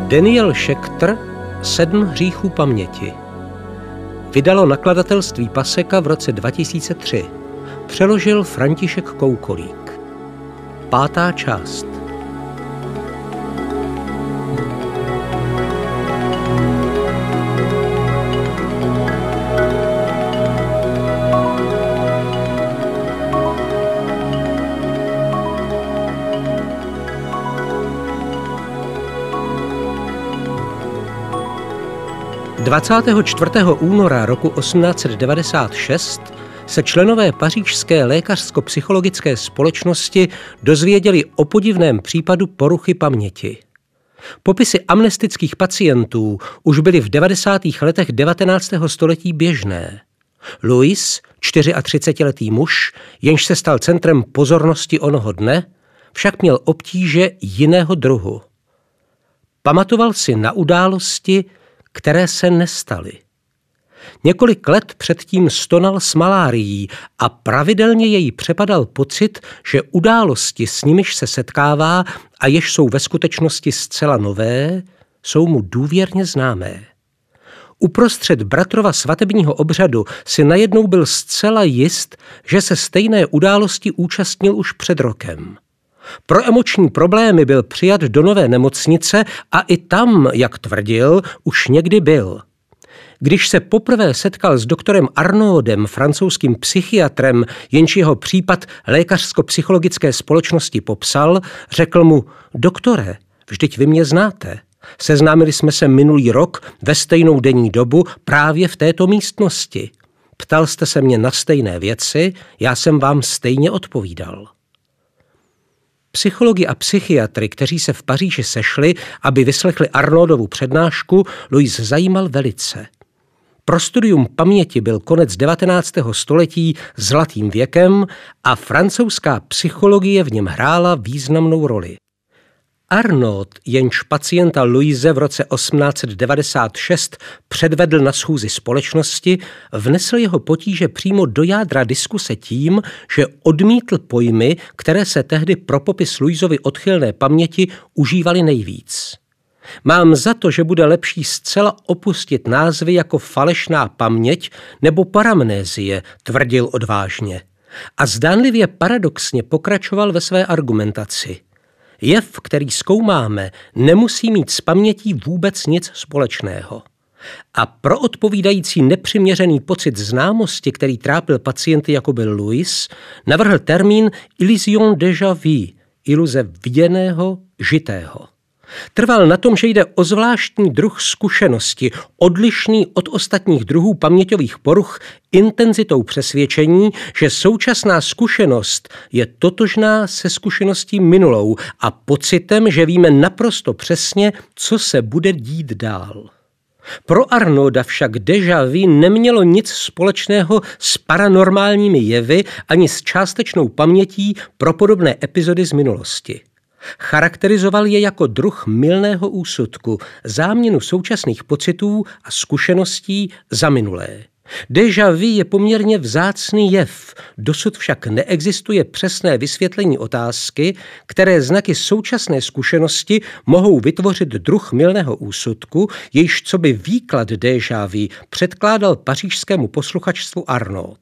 Daniel Schechter 7 hříchů paměti. Vydalo nakladatelství Paseka v roce 2003. Přeložil František Koukolík. 5. část. – 24. února roku 1896 se členové pařížské lékařsko-psychologické společnosti dozvěděli o podivném případu poruchy paměti. Popisy amnestických pacientů už byly v 90. letech 19. století běžné. Louis, 34letý muž, jenž se stal centrem pozornosti onoho dne, však měl obtíže jiného druhu. Pamatoval si na události, které se nestaly. Několik let předtím stonal s malárií a pravidelně jej přepadal pocit, že události, s nimiž se setkává a jež jsou ve skutečnosti zcela nové, jsou mu důvěrně známé. Uprostřed bratrova svatebního obřadu si najednou byl zcela jist, že se stejné události účastnil už před rokem. Pro emoční problémy byl přijat do nové nemocnice a i tam, jak tvrdil, už někdy byl. Když se poprvé setkal s doktorem Arnaudem, francouzským psychiatrem, jenž jeho případ lékařsko-psychologické společnosti popsal, řekl mu: doktore, vždyť vy mě znáte. Seznámili jsme se minulý rok ve stejnou denní dobu právě v této místnosti. Ptal jste se mě na stejné věci, já jsem vám stejně odpovídal. Psychologi a psychiatry, kteří se v Paříži sešli, aby vyslechli Arnaudovu přednášku, Louis zajímal velice. Pro studium paměti byl konec 19. století zlatým věkem a francouzská psychologie v něm hrála významnou roli. Arnaud, jenž pacienta Louise v roce 1896 předvedl na schůzi společnosti, vnesl jeho potíže přímo do jádra diskuse tím, že odmítl pojmy, které se tehdy pro popis Louisovy odchylné paměti užívaly nejvíc. Mám za to, že bude lepší zcela opustit názvy jako falešná paměť nebo paramnézie, tvrdil odvážně. A zdánlivě paradoxně pokračoval ve své argumentaci. Jev, který zkoumáme, nemusí mít s pamětí vůbec nic společného. A pro odpovídající nepřiměřený pocit známosti, který trápil pacienty jako byl Louis, navrhl termín illusion déjà vu, iluze viděného, žitého. Trval na tom, že jde o zvláštní druh zkušenosti, odlišný od ostatních druhů paměťových poruch intenzitou přesvědčení, že současná zkušenost je totožná se zkušeností minulou a pocitem, že víme naprosto přesně, co se bude dít dál. Pro Arnauda však déjà vu nemělo nic společného s paranormálními jevy ani s částečnou pamětí pro podobné epizody z minulosti. Charakterizoval je jako druh mylného úsudku, záměnu současných pocitů a zkušeností za minulé. Déjà vu je poměrně vzácný jev, dosud však neexistuje přesné vysvětlení otázky, které znaky současné zkušenosti mohou vytvořit druh mylného úsudku, jejíž coby výklad déjà vu předkládal pařížskému posluchačstvu Arnaud.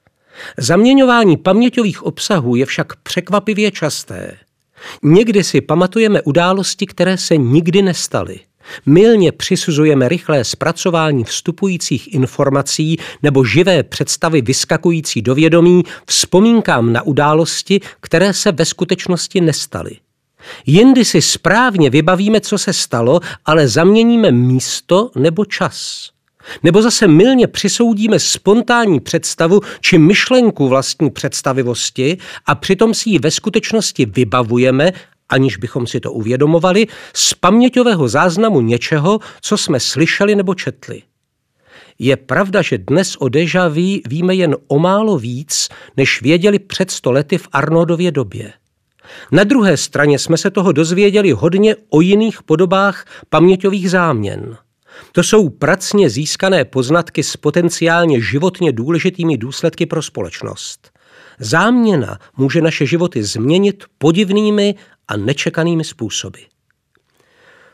Zaměňování paměťových obsahů je však překvapivě časté. Někdy si pamatujeme události, které se nikdy nestaly. Mylně přisuzujeme rychlé zpracování vstupujících informací nebo živé představy vyskakující do vědomí vzpomínkám na události, které se ve skutečnosti nestaly. Jindy si správně vybavíme, co se stalo, ale zaměníme místo nebo čas. Nebo zase mylně přisoudíme spontánní představu či myšlenku vlastní představivosti a přitom si ji ve skutečnosti vybavujeme, aniž bychom si to uvědomovali, z paměťového záznamu něčeho, co jsme slyšeli nebo četli. Je pravda, že dnes o déjà vu víme jen o málo víc, než věděli před 100 lety v Arnaudově době. Na druhé straně jsme se toho dozvěděli hodně o jiných podobách paměťových záměn. To jsou pracně získané poznatky s potenciálně životně důležitými důsledky pro společnost. Záměna může naše životy změnit podivnými a nečekanými způsoby.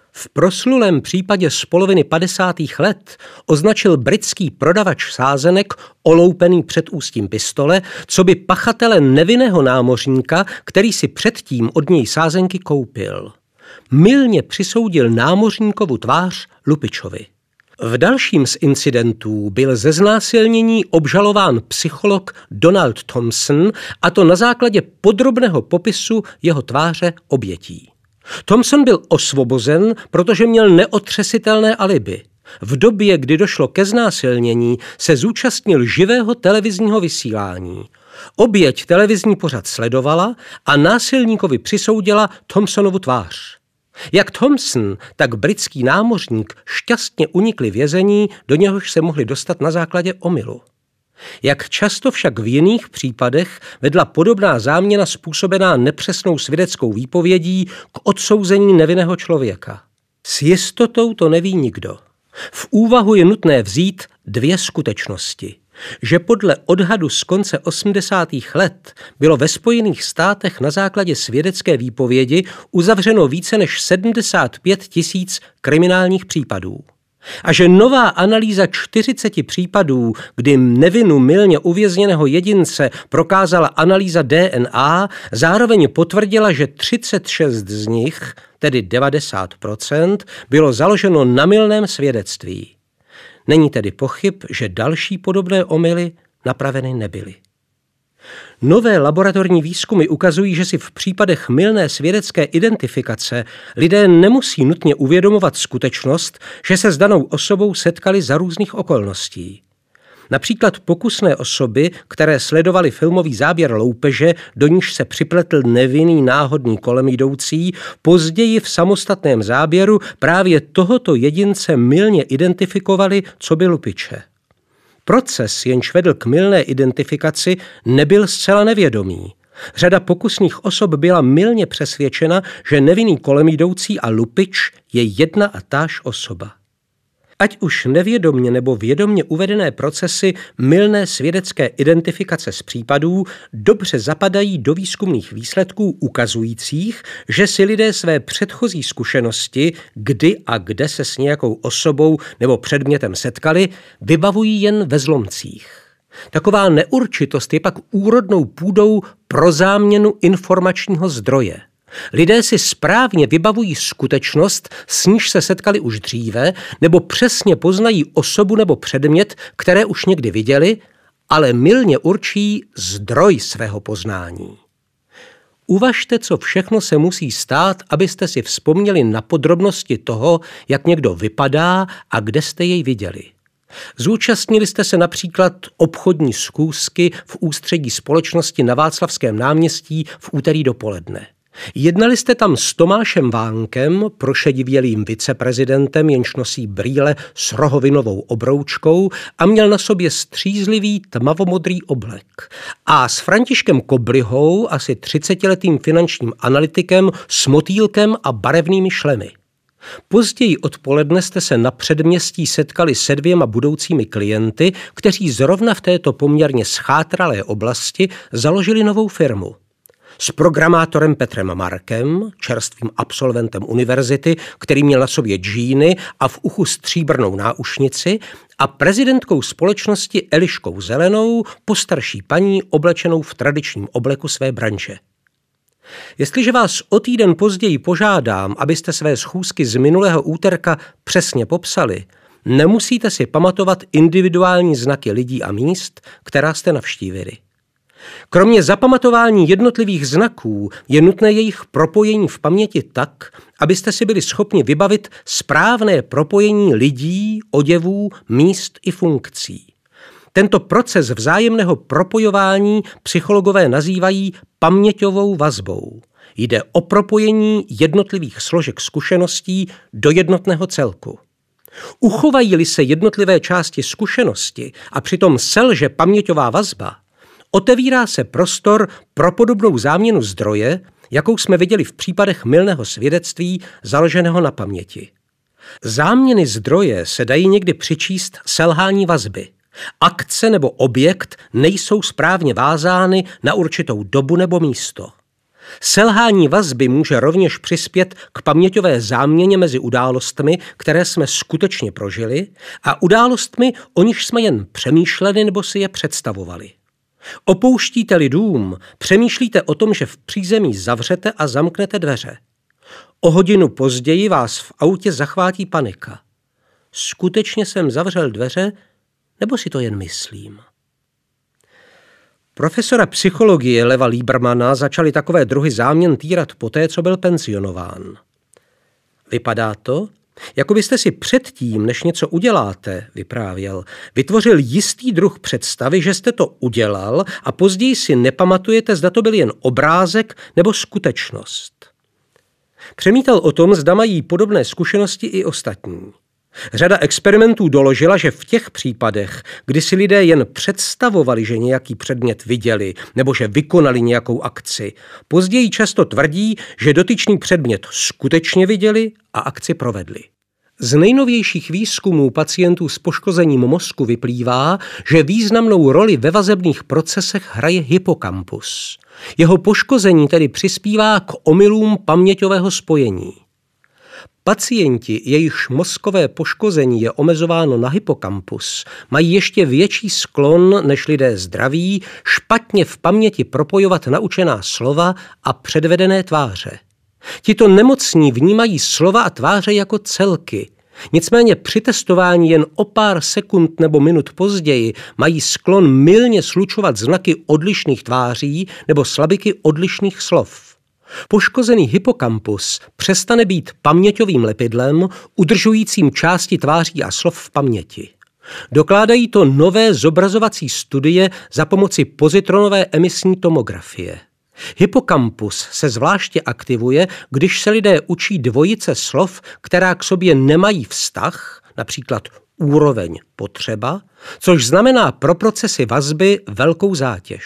V proslulém případě z poloviny 50. let označil britský prodavač sázenek oloupený před ústím pistole, co by pachatele nevinného námořníka, který si předtím od něj sázenky koupil. Mylně přisoudil námořníkovu tvář lupičovi. V dalším z incidentů byl ze znásilnění obžalován psycholog Donald Thompson, a to na základě podrobného popisu jeho tváře obětí. Thompson byl osvobozen, protože měl neotřesitelné alibi. V době, kdy došlo ke znásilnění, se zúčastnil živého televizního vysílání. Oběť televizní pořad sledovala a násilníkovi přisoudila Thompsonovu tvář. Jak Thompson, tak britský námořník šťastně unikli vězení, do něhož se mohli dostat na základě omylu. Jak často však v jiných případech vedla podobná záměna způsobená nepřesnou svědeckou výpovědí k odsouzení nevinného člověka. S jistotou to neví nikdo. V úvahu je nutné vzít dvě skutečnosti. Že podle odhadu z konce 80. let bylo ve Spojených státech na základě svědecké výpovědi uzavřeno více než 75 000 kriminálních případů. A že nová analýza 40 případů, kdy nevinu mylně uvězněného jedince prokázala analýza DNA, zároveň potvrdila, že 36 z nich, tedy 90%, bylo založeno na mylném svědectví. Není tedy pochyb, že další podobné omyly napraveny nebyly. Nové laboratorní výzkumy ukazují, že si v případech mylné svědecké identifikace lidé nemusí nutně uvědomovat skutečnost, že se s danou osobou setkali za různých okolností. Například pokusné osoby, které sledovaly filmový záběr loupeže, do níž se připletl nevinný náhodný kolem jdoucí, později v samostatném záběru právě tohoto jedince mylně identifikovali coby lupiče. Proces, jenž vedl k mylné identifikaci, nebyl zcela nevědomý. Řada pokusných osob byla mylně přesvědčena, že nevinný kolem jdoucí a lupič je jedna a táž osoba. Ať už nevědomně nebo vědomně uvedené procesy mylné svědecké identifikace z případů dobře zapadají do výzkumných výsledků ukazujících, že si lidé své předchozí zkušenosti, kdy a kde se s nějakou osobou nebo předmětem setkali, vybavují jen ve zlomcích. Taková neurčitost je pak úrodnou půdou pro záměnu informačního zdroje. Lidé si správně vybavují skutečnost, s níž se setkali už dříve, nebo přesně poznají osobu nebo předmět, které už někdy viděli, ale mylně určí zdroj svého poznání. Uvažte, co všechno se musí stát, abyste si vzpomněli na podrobnosti toho, jak někdo vypadá a kde jste jej viděli. Zúčastnili jste se například obchodní schůzky v ústředí společnosti na Václavském náměstí v úterý dopoledne. Jednali jste tam s Tomášem Vánkem, prošedivělým viceprezidentem, jenž nosí brýle s rohovinovou obroučkou a měl na sobě střízlivý tmavomodrý oblek. A s Františkem Koblihou, asi 30letým finančním analytikem, s motýlkem a barevnými šlemy. Později odpoledne jste se na předměstí setkali se 2 budoucími klienty, kteří zrovna v této poměrně schátralé oblasti založili novou firmu. S programátorem Petrem Markem, čerstvým absolventem univerzity, který měl na sobě džíny a v uchu stříbrnou náušnici, a prezidentkou společnosti Eliškou Zelenou, postarší paní oblečenou v tradičním obleku své branže. Jestliže vás o týden později požádám, abyste své schůzky z minulého úterka přesně popsali, nemusíte si pamatovat individuální znaky lidí a míst, která jste navštívili. Kromě zapamatování jednotlivých znaků je nutné jejich propojení v paměti tak, abyste si byli schopni vybavit správné propojení lidí, oděvů, míst i funkcí. Tento proces vzájemného propojování psychologové nazývají paměťovou vazbou. Jde o propojení jednotlivých složek zkušeností do jednotného celku. Uchovají-li se jednotlivé části zkušenosti a přitom selže paměťová vazba, otevírá se prostor pro podobnou záměnu zdroje, jakou jsme viděli v případech mylného svědectví založeného na paměti. Záměny zdroje se dají někdy přičíst selhání vazby. Akce nebo objekt nejsou správně vázány na určitou dobu nebo místo. Selhání vazby může rovněž přispět k paměťové záměně mezi událostmi, které jsme skutečně prožili, a událostmi, o nichž jsme jen přemýšleli nebo si je představovali. Opouštíte-li dům, přemýšlíte o tom, že v přízemí zavřete a zamknete dveře. O hodinu později vás v autě zachvátí panika. Skutečně jsem zavřel dveře, nebo si to jen myslím? Profesora psychologie Leva Liebermana začali takové druhy záměn týrat poté, co byl penzionován. Vypadá to, jako byste si předtím, než něco uděláte, vyprávěl, vytvořil jistý druh představy, že jste to udělal a později si nepamatujete, zda to byl jen obrázek nebo skutečnost. Přemítal o tom, zda mají podobné zkušenosti i ostatní. Řada experimentů doložila, že v těch případech, kdy si lidé jen představovali, že nějaký předmět viděli nebo že vykonali nějakou akci, později často tvrdí, že dotyčný předmět skutečně viděli a akci provedli. Z nejnovějších výzkumů pacientů s poškozením mozku vyplývá, že významnou roli ve vazebných procesech hraje hypokampus. Jeho poškození tedy přispívá k omylům paměťového spojení. Pacienti, jejichž mozkové poškození je omezováno na hypokampus, mají ještě větší sklon než lidé zdraví špatně v paměti propojovat naučená slova a předvedené tváře. Tito nemocní vnímají slova a tváře jako celky. Nicméně při testování jen o pár sekund nebo minut později mají sklon mylně slučovat znaky odlišných tváří nebo slabiky odlišných slov. Poškozený hypokampus přestane být paměťovým lepidlem, udržujícím části tváří a slov v paměti. Dokládají to nové zobrazovací studie za pomoci pozitronové emisní tomografie. Hypokampus se zvláště aktivuje, když se lidé učí dvojice slov, která k sobě nemají vztah, například úroveň potřeba, což znamená pro procesy vazby velkou zátěž.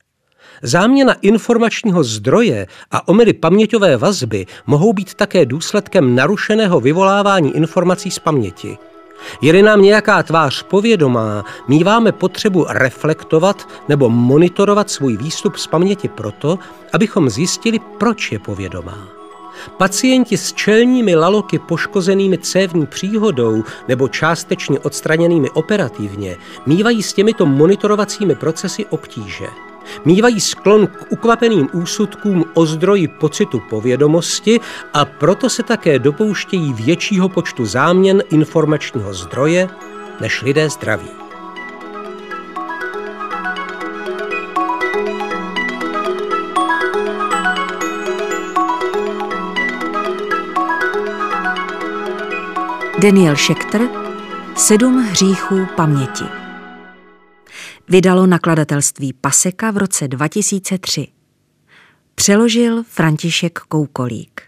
Záměna informačního zdroje a omyly paměťové vazby mohou být také důsledkem narušeného vyvolávání informací z paměti. Je-li nám nějaká tvář povědomá, míváme potřebu reflektovat nebo monitorovat svůj výstup z paměti proto, abychom zjistili, proč je povědomá. Pacienti s čelními laloky poškozenými cévní příhodou nebo částečně odstraněnými operativně mívají s těmito monitorovacími procesy obtíže. Mívají sklon k ukvapeným úsudkům o zdroji pocitu povědomosti a proto se také dopouštějí většího počtu záměn informačního zdroje než lidé zdraví. Daniel Schechter, 7 hříchů paměti. Vydalo nakladatelství Paseka v roce 2003. Přeložil František Koukolík.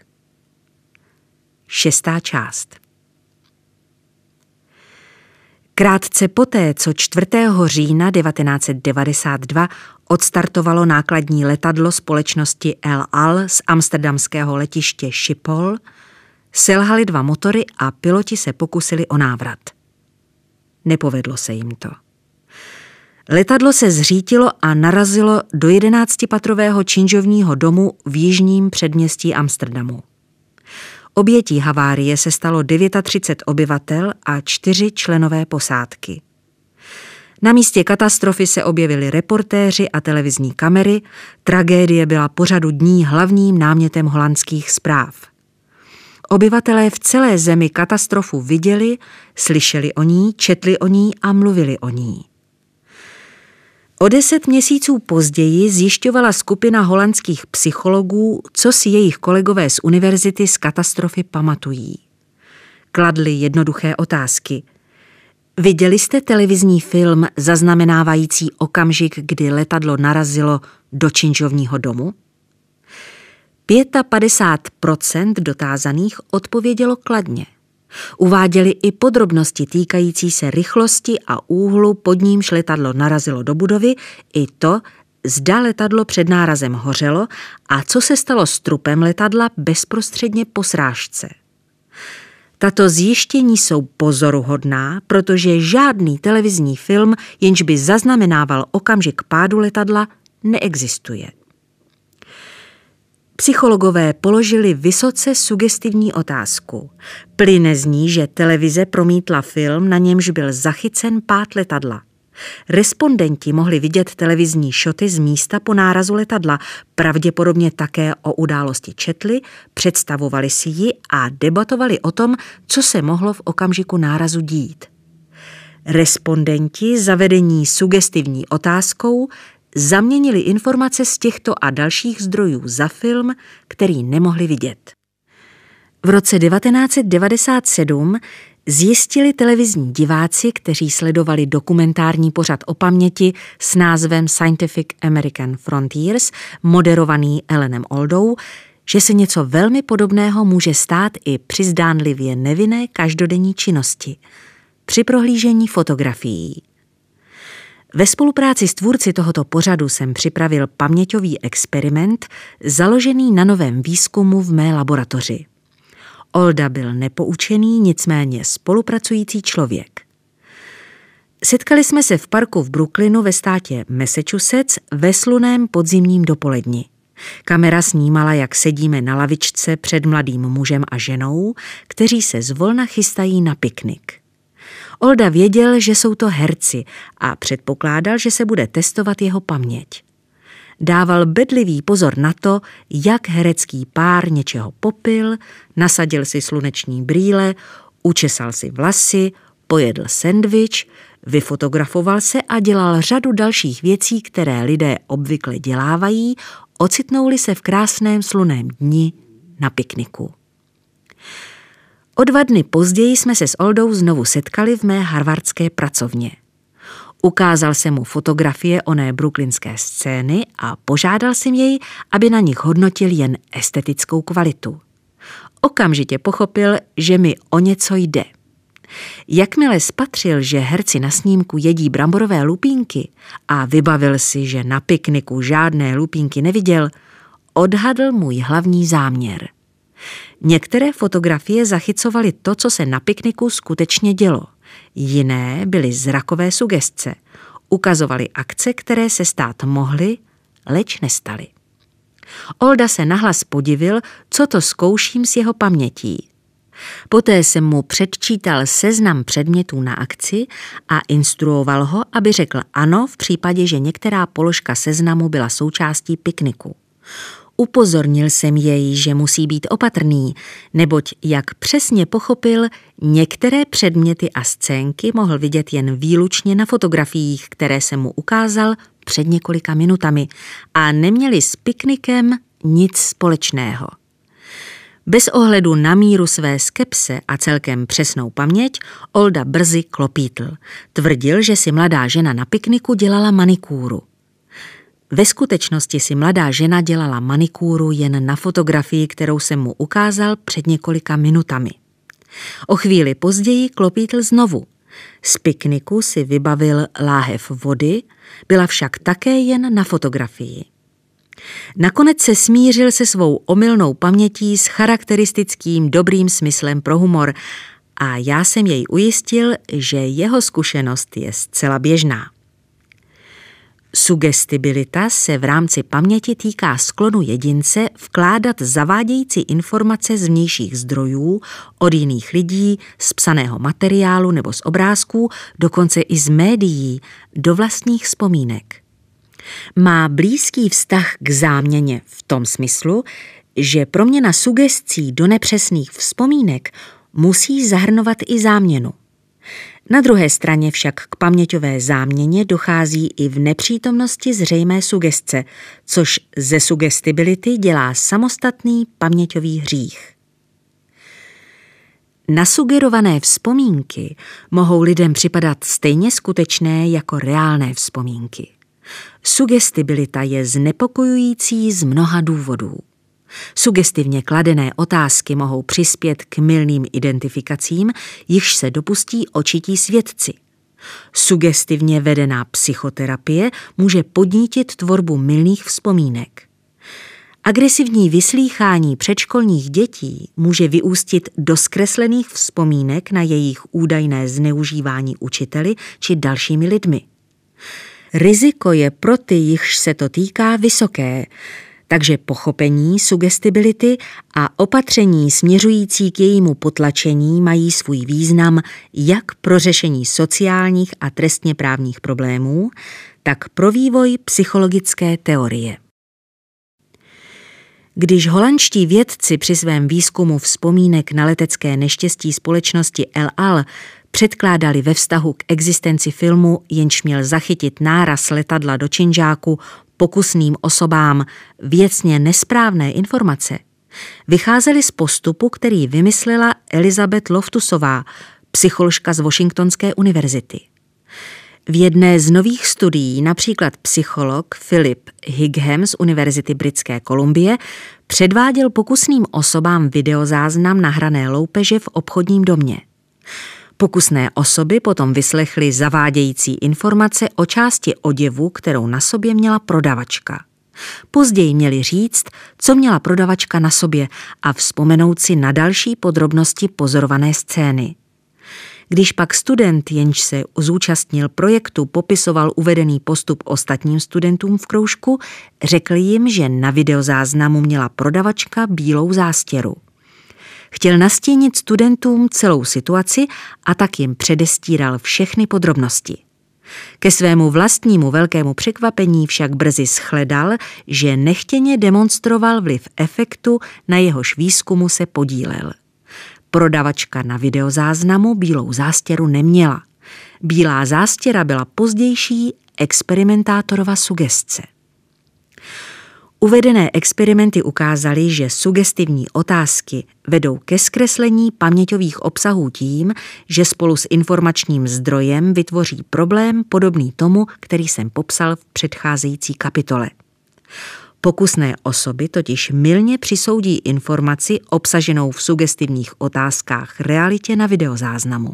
6. část. Krátce poté, co 4. října 1992 odstartovalo nákladní letadlo společnosti El Al z amsterdamského letiště Schiphol, selhaly 2 motory a piloti se pokusili o návrat. Nepovedlo se jim to. Letadlo se zřítilo a narazilo do 11patrového činžovního domu v jižním předměstí Amsterdamu. Obětí havárie se stalo 39 obyvatel a 4 členové posádky. Na místě katastrofy se objevili reportéři a televizní kamery, tragédie byla po řadu dní hlavním námětem holandských zpráv. Obyvatelé v celé zemi katastrofu viděli, slyšeli o ní, četli o ní a mluvili o ní. O 10 měsíců později zjišťovala skupina holandských psychologů, co si jejich kolegové z univerzity z katastrofy pamatují. Kladli jednoduché otázky. Viděli jste televizní film zaznamenávající okamžik, kdy letadlo narazilo do činžovního domu? 55% dotázaných odpovědělo kladně. Uváděli i podrobnosti týkající se rychlosti a úhlu, pod nímž letadlo narazilo do budovy, i to, zda letadlo před nárazem hořelo a co se stalo s trupem letadla bezprostředně po srážce. Tato zjištění jsou pozoruhodná, protože žádný televizní film, jenž by zaznamenával okamžik pádu letadla, neexistuje. Psychologové položili vysoce sugestivní otázku. Plyne z ní, že televize promítla film, na němž byl zachycen pád letadla. Respondenti mohli vidět televizní šoty z místa po nárazu letadla, pravděpodobně také o události četli, představovali si ji a debatovali o tom, co se mohlo v okamžiku nárazu dít. Respondenti zavedení sugestivní otázkou zaměnili informace z těchto a dalších zdrojů za film, který nemohli vidět. V roce 1997 zjistili televizní diváci, kteří sledovali dokumentární pořad o paměti s názvem Scientific American Frontiers, moderovaný Allenem Oldou, že se něco velmi podobného může stát i při zdánlivě nevinné každodenní činnosti, při prohlížení fotografií. Ve spolupráci s tvůrci tohoto pořadu jsem připravil paměťový experiment založený na novém výzkumu v mé laboratoři. Olda byl nepoučený, nicméně spolupracující člověk. Setkali jsme se v parku v Brooklynu ve státě Massachusetts ve slunném podzimním dopoledni. Kamera snímala, jak sedíme na lavičce před mladým mužem a ženou, kteří se zvolna chystají na piknik. Olda věděl, že jsou to herci a předpokládal, že se bude testovat jeho paměť. Dával bedlivý pozor na to, jak herecký pár něčeho popil, nasadil si sluneční brýle, učesal si vlasy, pojedl sendvič, vyfotografoval se a dělal řadu dalších věcí, které lidé obvykle dělávají, ocitnou-li se v krásném slunném dni na pikniku. O 2 dny později jsme se s Oldou znovu setkali v mé harvardské pracovně. Ukázal jsem mu fotografie oné brooklynské scény a požádal jsem jej, aby na nich hodnotil jen estetickou kvalitu. Okamžitě pochopil, že mi o něco jde. Jakmile spatřil, že herci na snímku jedí bramborové lupínky a vybavil si, že na pikniku žádné lupínky neviděl, odhadl můj hlavní záměr. Některé fotografie zachycovaly to, co se na pikniku skutečně dělo. Jiné byly zrakové sugestce. Ukazovaly akce, které se stát mohly, leč nestaly. Olda se nahlas podivil, co to zkouším s jeho pamětí. Poté jsem mu předčítal seznam předmětů na akci a instruoval ho, aby řekl ano v případě, že některá položka seznamu byla součástí pikniku. Upozornil jsem jej, že musí být opatrný, neboť, jak přesně pochopil, některé předměty a scénky mohl vidět jen výlučně na fotografiích, které jsem mu ukázal před několika minutami a neměly s piknikem nic společného. Bez ohledu na míru své skepse a celkem přesnou paměť, Olda brzy klopítl. Tvrdil, že si mladá žena na pikniku dělala manikúru. Ve skutečnosti si mladá žena dělala manikúru jen na fotografii, kterou jsem mu ukázal před několika minutami. O chvíli později klopítl znovu. Z pikniku si vybavil láhev vody, byla však také jen na fotografii. Nakonec se smířil se svou omylnou pamětí s charakteristickým dobrým smyslem pro humor a já jsem jej ujistil, že jeho zkušenost je zcela běžná. Sugestibilita se v rámci paměti týká sklonu jedince vkládat zavádějící informace z vnějších zdrojů, od jiných lidí, z psaného materiálu nebo z obrázků, dokonce i z médií, do vlastních vzpomínek. Má blízký vztah k záměně v tom smyslu, že proměna sugestí do nepřesných vzpomínek musí zahrnovat i záměnu. Na druhé straně však k paměťové záměně dochází i v nepřítomnosti zřejmé sugestce, což ze sugestibility dělá samostatný paměťový hřích. Nasugerované vzpomínky mohou lidem připadat stejně skutečné jako reálné vzpomínky. Sugestibilita je znepokojující z mnoha důvodů. Sugestivně kladené otázky mohou přispět k mylným identifikacím, jichž se dopustí očití svědci. Sugestivně vedená psychoterapie může podnítit tvorbu mylných vzpomínek. Agresivní vyslýchání předškolních dětí může vyústit do zkreslených vzpomínek na jejich údajné zneužívání učiteli či dalšími lidmi. Riziko je pro ty, jichž se to týká, vysoké, Takže pochopení sugestibility a opatření směřující k jejímu potlačení mají svůj význam jak pro řešení sociálních a trestně právních problémů, tak pro vývoj psychologické teorie. Když holandští vědci při svém výzkumu vzpomínek na letecké neštěstí společnosti El Al předkládali ve vztahu k existenci filmu, jenž měl zachytit náraz letadla do činžáku pokusným osobám věcně nesprávné informace, vycházeli z postupu, který vymyslela Elizabeth Loftusová, psycholožka z Washingtonské univerzity. V jedné z nových studií například psycholog Philip Higham z Univerzity Britské Kolumbie předváděl pokusným osobám videozáznam nahrané loupeže v obchodním domě. Pokusné osoby potom vyslechly zavádějící informace o části oděvu, kterou na sobě měla prodavačka. Později měli říct, co měla prodavačka na sobě a vzpomenout si na další podrobnosti pozorované scény. Když pak student, jenž se zúčastnil projektu, popisoval uvedený postup ostatním studentům v kroužku, řekl jim, že na videozáznamu měla prodavačka bílou zástěru. Chtěl nastínit studentům celou situaci a tak jim předestíral všechny podrobnosti. Ke svému vlastnímu velkému překvapení však brzy shledal, že nechtěně demonstroval vliv efektu, na jehož výzkumu se podílel. Prodavačka na videozáznamu bílou zástěru neměla. Bílá zástěra byla pozdější experimentátorova sugestce. Uvedené experimenty ukázaly, že sugestivní otázky vedou ke zkreslení paměťových obsahů tím, že spolu s informačním zdrojem vytvoří problém podobný tomu, který jsem popsal v předcházející kapitole. Pokusné osoby totiž mylně přisoudí informaci obsaženou v sugestivních otázkách realitě na videozáznamu.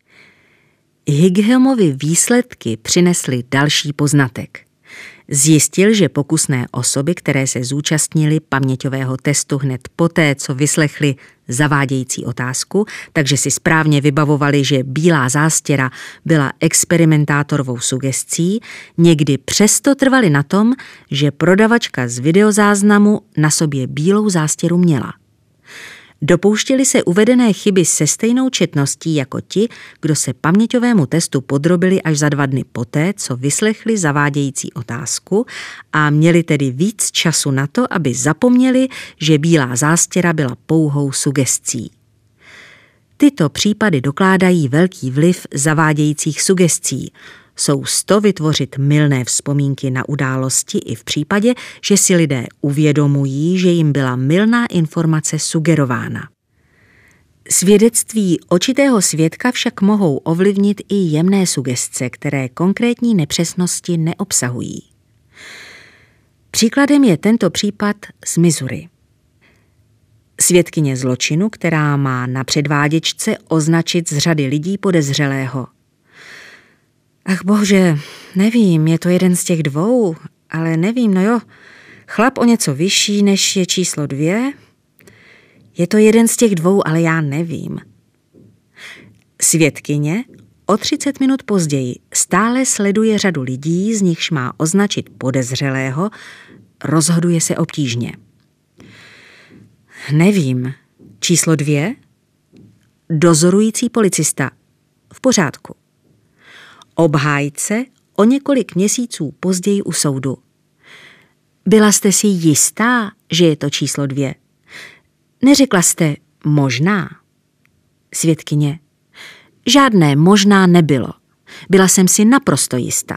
Highamovy výsledky přinesly další poznatek. Zjistil, že pokusné osoby, které se zúčastnily paměťového testu hned poté, co vyslechli zavádějící otázku, takže si správně vybavovali, že bílá zástěra byla experimentátorovou sugestí, někdy přesto trvali na tom, že prodavačka z videozáznamu na sobě bílou zástěru měla. Dopouštěli se uvedené chyby se stejnou četností jako ti, kdo se paměťovému testu podrobili až za 2 dny poté, co vyslechli zavádějící otázku a měli tedy víc času na to, aby zapomněli, že bílá zástěra byla pouhou sugestí. Tyto případy dokládají velký vliv zavádějících sugestí. Jsou s to vytvořit mylné vzpomínky na události i v případě, že si lidé uvědomují, že jim byla mylná informace sugerována. Svědectví očitého svědka však mohou ovlivnit i jemné sugestce, které konkrétní nepřesnosti neobsahují. Příkladem je tento případ z Missouri. Svědkyně zločinu, která má na předváděčce označit z řady lidí podezřelého. Ach bože, nevím, je to jeden z těch 2, ale nevím, no jo, chlap o něco vyšší, než je číslo 2. Je to jeden z těch 2, ale já nevím. Svědkyně o 30 minut později stále sleduje řadu lidí, z nichž má označit podezřelého, rozhoduje se obtížně. Nevím, číslo 2? Dozorující policista. V pořádku. Obhájce o několik měsíců později u soudu. Byla jste si jistá, že je to číslo 2? Neřekla jste možná? Svědkyně. Žádné možná nebylo. Byla jsem si naprosto jistá.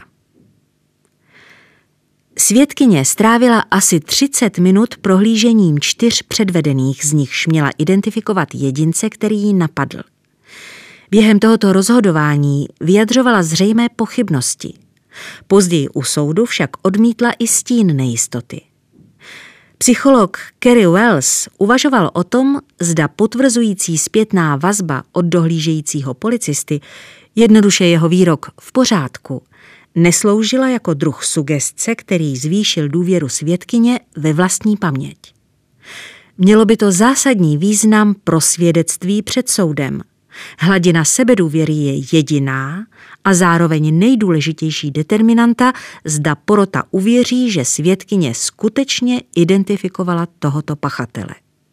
Svědkyně strávila asi 30 minut prohlížením 4 předvedených, z nichž měla identifikovat jedince, který ji napadl. Během tohoto rozhodování vyjadřovala zřejmé pochybnosti. Později u soudu však odmítla i stín nejistoty. Psycholog Kerry Wells uvažoval o tom, zda potvrzující zpětná vazba od dohlížejícího policisty, jednoduše jeho výrok v pořádku, nesloužila jako druh sugestce, který zvýšil důvěru svědkyně ve vlastní paměť. Mělo by to zásadní význam pro svědectví před soudem. Hladina sebedůvěry je jediná a zároveň nejdůležitější determinanta, zda porota uvěří, že svědkyně skutečně identifikovala tohoto pachatele.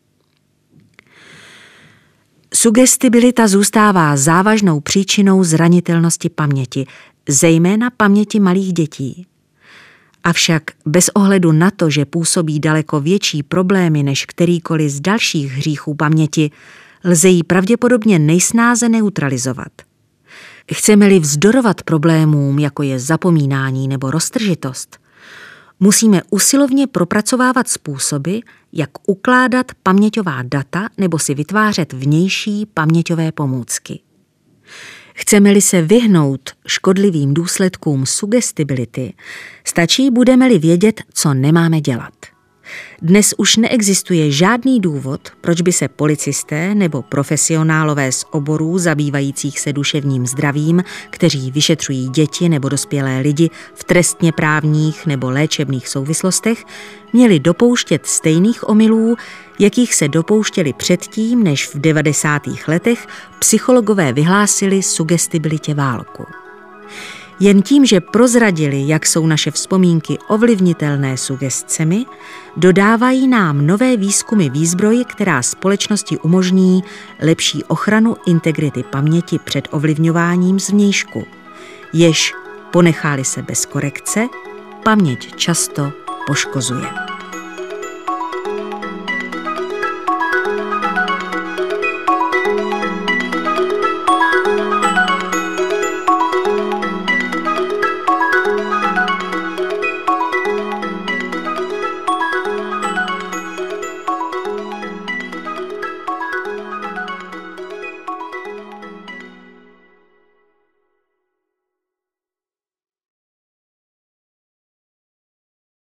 Sugestibilita zůstává závažnou příčinou zranitelnosti paměti, zejména paměti malých dětí. Avšak bez ohledu na to, že působí daleko větší problémy než kterýkoliv z dalších hříchů paměti, lze ji pravděpodobně nejsnáze neutralizovat. Chceme-li vzdorovat problémům, jako je zapomínání nebo roztržitost, musíme usilovně propracovávat způsoby, jak ukládat paměťová data nebo si vytvářet vnější paměťové pomůcky. Chceme-li se vyhnout škodlivým důsledkům sugestibility, stačí, budeme-li vědět, co nemáme dělat. Dnes už neexistuje žádný důvod, proč by se policisté nebo profesionálové z oborů zabývajících se duševním zdravím, kteří vyšetřují děti nebo dospělé lidi v trestně právních nebo léčebných souvislostech, měli dopouštět stejných omylů, jakých se dopouštěli předtím, než v 90. letech psychologové vyhlásili sugestibilitě válku. Jen tím, že prozradili, jak jsou naše vzpomínky ovlivnitelné sugescemi, dodávají nám nové výzkumy výzbroj, která společnosti umožní lepší ochranu integrity paměti před ovlivňováním zvnějšku, jež, ponechá-li se bez korekce, paměť často poškozuje.